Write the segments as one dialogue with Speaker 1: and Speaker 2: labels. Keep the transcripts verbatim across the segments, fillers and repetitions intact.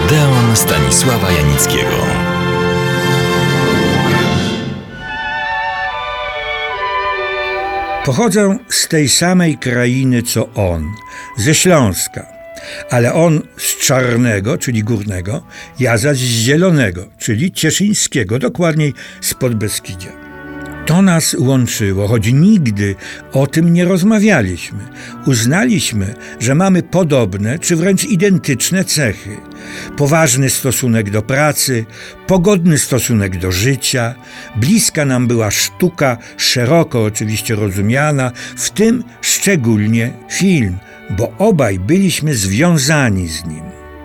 Speaker 1: Odeon Stanisława Janickiego.
Speaker 2: Pochodzę z tej samej krainy co on, ze Śląska, ale on z Czarnego, czyli Górnego, ja zaś z Zielonego, czyli Cieszyńskiego, dokładniej z Podbeskidzia. To nas łączyło, choć nigdy o tym nie rozmawialiśmy. Uznaliśmy, że mamy podobne, czy wręcz identyczne cechy. Poważny stosunek do pracy, pogodny stosunek do życia, bliska nam była sztuka, szeroko oczywiście rozumiana, w tym szczególnie film, bo obaj byliśmy związani z nim.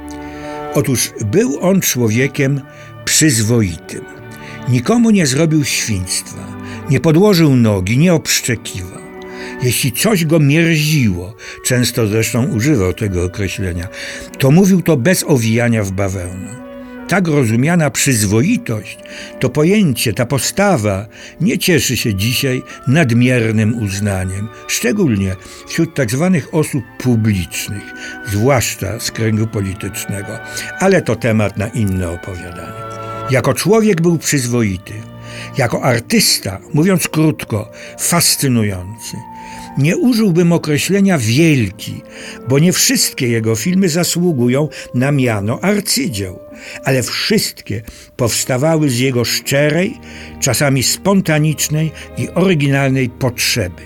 Speaker 2: Otóż był on człowiekiem przyzwoitym. Nikomu nie zrobił świństwa, nie podłożył nogi, nie obszczekiwał. Jeśli coś go mierziło, często zresztą używał tego określenia, to mówił to bez owijania w bawełnę. Tak rozumiana przyzwoitość, to pojęcie, ta postawa nie cieszy się dzisiaj nadmiernym uznaniem, szczególnie wśród tak zwanych osób publicznych, zwłaszcza z kręgu politycznego, ale to temat na inne opowiadanie. Jako człowiek był przyzwoity, jako artysta, mówiąc krótko, fascynujący. Nie użyłbym określenia wielki, bo nie wszystkie jego filmy zasługują na miano arcydzieł, ale wszystkie powstawały z jego szczerej, czasami spontanicznej i oryginalnej potrzeby.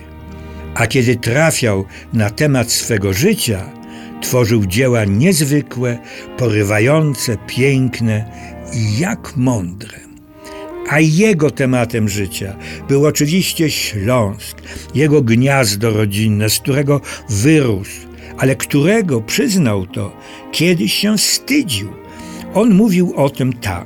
Speaker 2: A kiedy trafiał na temat swego życia, tworzył dzieła niezwykłe, porywające, piękne i jak mądre. A jego tematem życia był oczywiście Śląsk, jego gniazdo rodzinne, z którego wyrósł, ale którego, przyznał to, kiedyś się wstydził. On mówił o tym tak.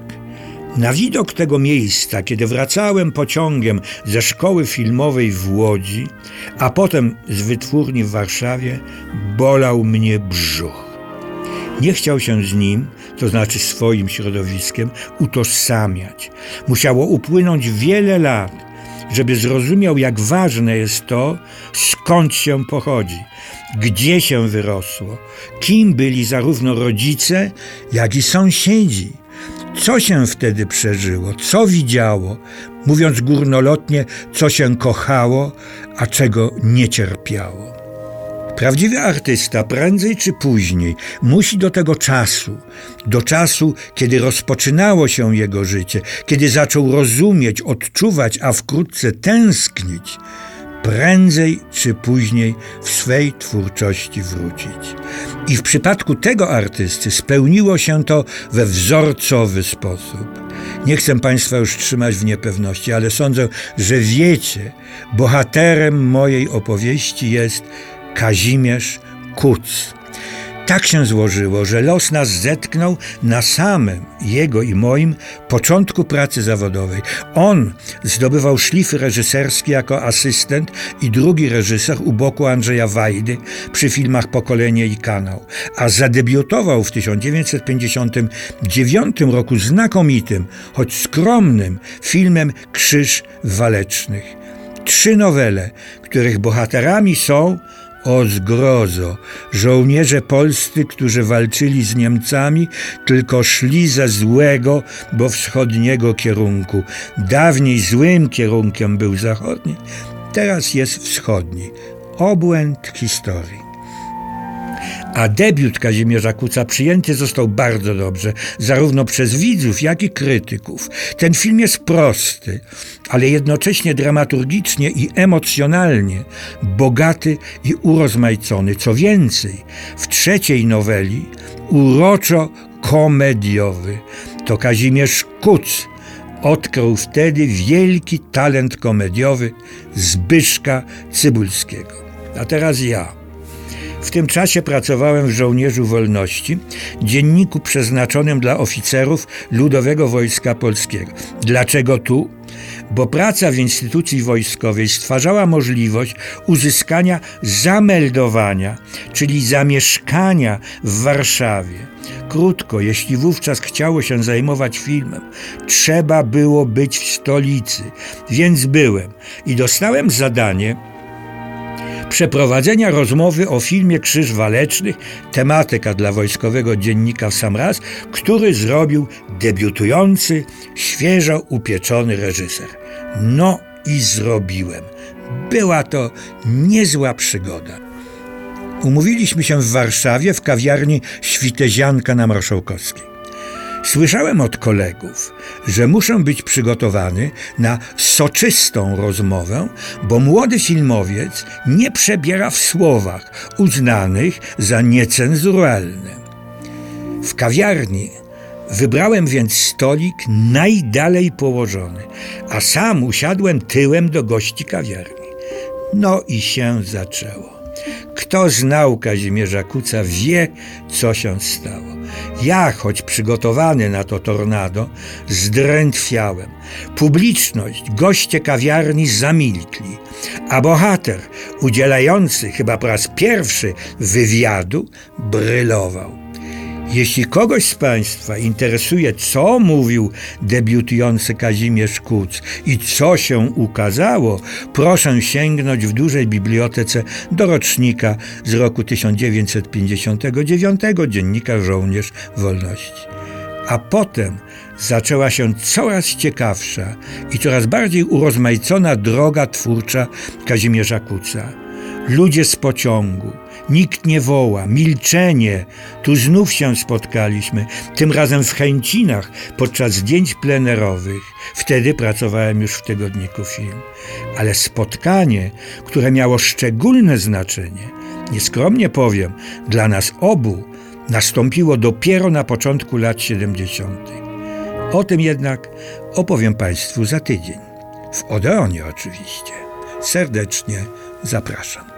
Speaker 2: Na widok tego miejsca, kiedy wracałem pociągiem ze szkoły filmowej w Łodzi, a potem z wytwórni w Warszawie, bolał mnie brzuch. Nie chciał się z nim, to znaczy swoim środowiskiem, utożsamiać. Musiało upłynąć wiele lat, żeby zrozumiał, jak ważne jest to, skąd się pochodzi, gdzie się wyrosło, kim byli zarówno rodzice, jak i sąsiedzi. Co się wtedy przeżyło, co widziało, mówiąc górnolotnie, co się kochało, a czego nie cierpiało. Prawdziwy artysta prędzej czy później musi do tego czasu, do czasu, kiedy rozpoczynało się jego życie, kiedy zaczął rozumieć, odczuwać, a wkrótce tęsknić, prędzej czy później w swej twórczości wrócić. I w przypadku tego artysty spełniło się to we wzorcowy sposób. Nie chcę Państwa już trzymać w niepewności, ale sądzę, że wiecie, bohaterem mojej opowieści jest Kazimierz Kuc. Tak się złożyło, że los nas zetknął na samym jego i moim początku pracy zawodowej. On zdobywał szlify reżyserskie jako asystent i drugi reżyser u boku Andrzeja Wajdy przy filmach Pokolenie i Kanał, a zadebiutował w tysiąc dziewięćset pięćdziesiątym dziewiątym roku znakomitym, choć skromnym filmem Krzyż Walecznych. Trzy nowele, których bohaterami są, o zgrozo, żołnierze polscy, którzy walczyli z Niemcami, tylko szli ze złego, bo wschodniego kierunku. Dawniej złym kierunkiem był zachodni, teraz jest wschodni. Obłęd historii. A debiut Kazimierza Kuca przyjęty został bardzo dobrze, zarówno przez widzów, jak i krytyków. Ten film jest prosty, ale jednocześnie dramaturgicznie i emocjonalnie bogaty i urozmaicony. Co więcej, w trzeciej noweli uroczo komediowy. To Kazimierz Kuc odkrył wtedy wielki talent komediowy Zbyszka Cybulskiego. A teraz ja. W tym czasie pracowałem w Żołnierzu Wolności, dzienniku przeznaczonym dla oficerów Ludowego Wojska Polskiego. Dlaczego tu? Bo praca w instytucji wojskowej stwarzała możliwość uzyskania zameldowania, czyli zamieszkania w Warszawie. Krótko, jeśli wówczas chciało się zajmować filmem, trzeba było być w stolicy, więc byłem i dostałem zadanie przeprowadzenia rozmowy o filmie Krzyż Walecznych, tematyka dla wojskowego dziennika w sam raz, który zrobił debiutujący, świeżo upieczony reżyser. No i zrobiłem. Była to niezła przygoda. Umówiliśmy się w Warszawie w kawiarni Świtezianka na Marszałkowskiej. Słyszałem od kolegów, że muszę być przygotowany na soczystą rozmowę, bo młody filmowiec nie przebiera w słowach uznanych za niecenzuralne. W kawiarni wybrałem więc stolik najdalej położony, a sam usiadłem tyłem do gości kawiarni. No i się zaczęło. Kto znał Kazimierza Kutza, wie, co się stało. Ja, choć przygotowany na to tornado, zdrętwiałem. Publiczność, goście kawiarni zamilkli, a bohater, udzielający chyba po raz pierwszy wywiadu, brylował. Jeśli kogoś z Państwa interesuje, co mówił debiutujący Kazimierz Kutz i co się ukazało, proszę sięgnąć w dużej bibliotece do rocznika z roku tysiąc dziewięćset pięćdziesiątego dziewiątego, dziennika Żołnierz Wolności. A potem zaczęła się coraz ciekawsza i coraz bardziej urozmaicona droga twórcza Kazimierza Kutza. Ludzie z pociągu, nikt nie woła, milczenie. Tu znów się spotkaliśmy, tym razem w Chęcinach podczas zdjęć plenerowych. Wtedy pracowałem już w tygodniku Film. Ale spotkanie, które miało szczególne znaczenie, nieskromnie powiem, dla nas obu, nastąpiło dopiero na początku lat siedemdziesiątych. O tym jednak opowiem Państwu za tydzień. W Odeonie oczywiście. Serdecznie zapraszam.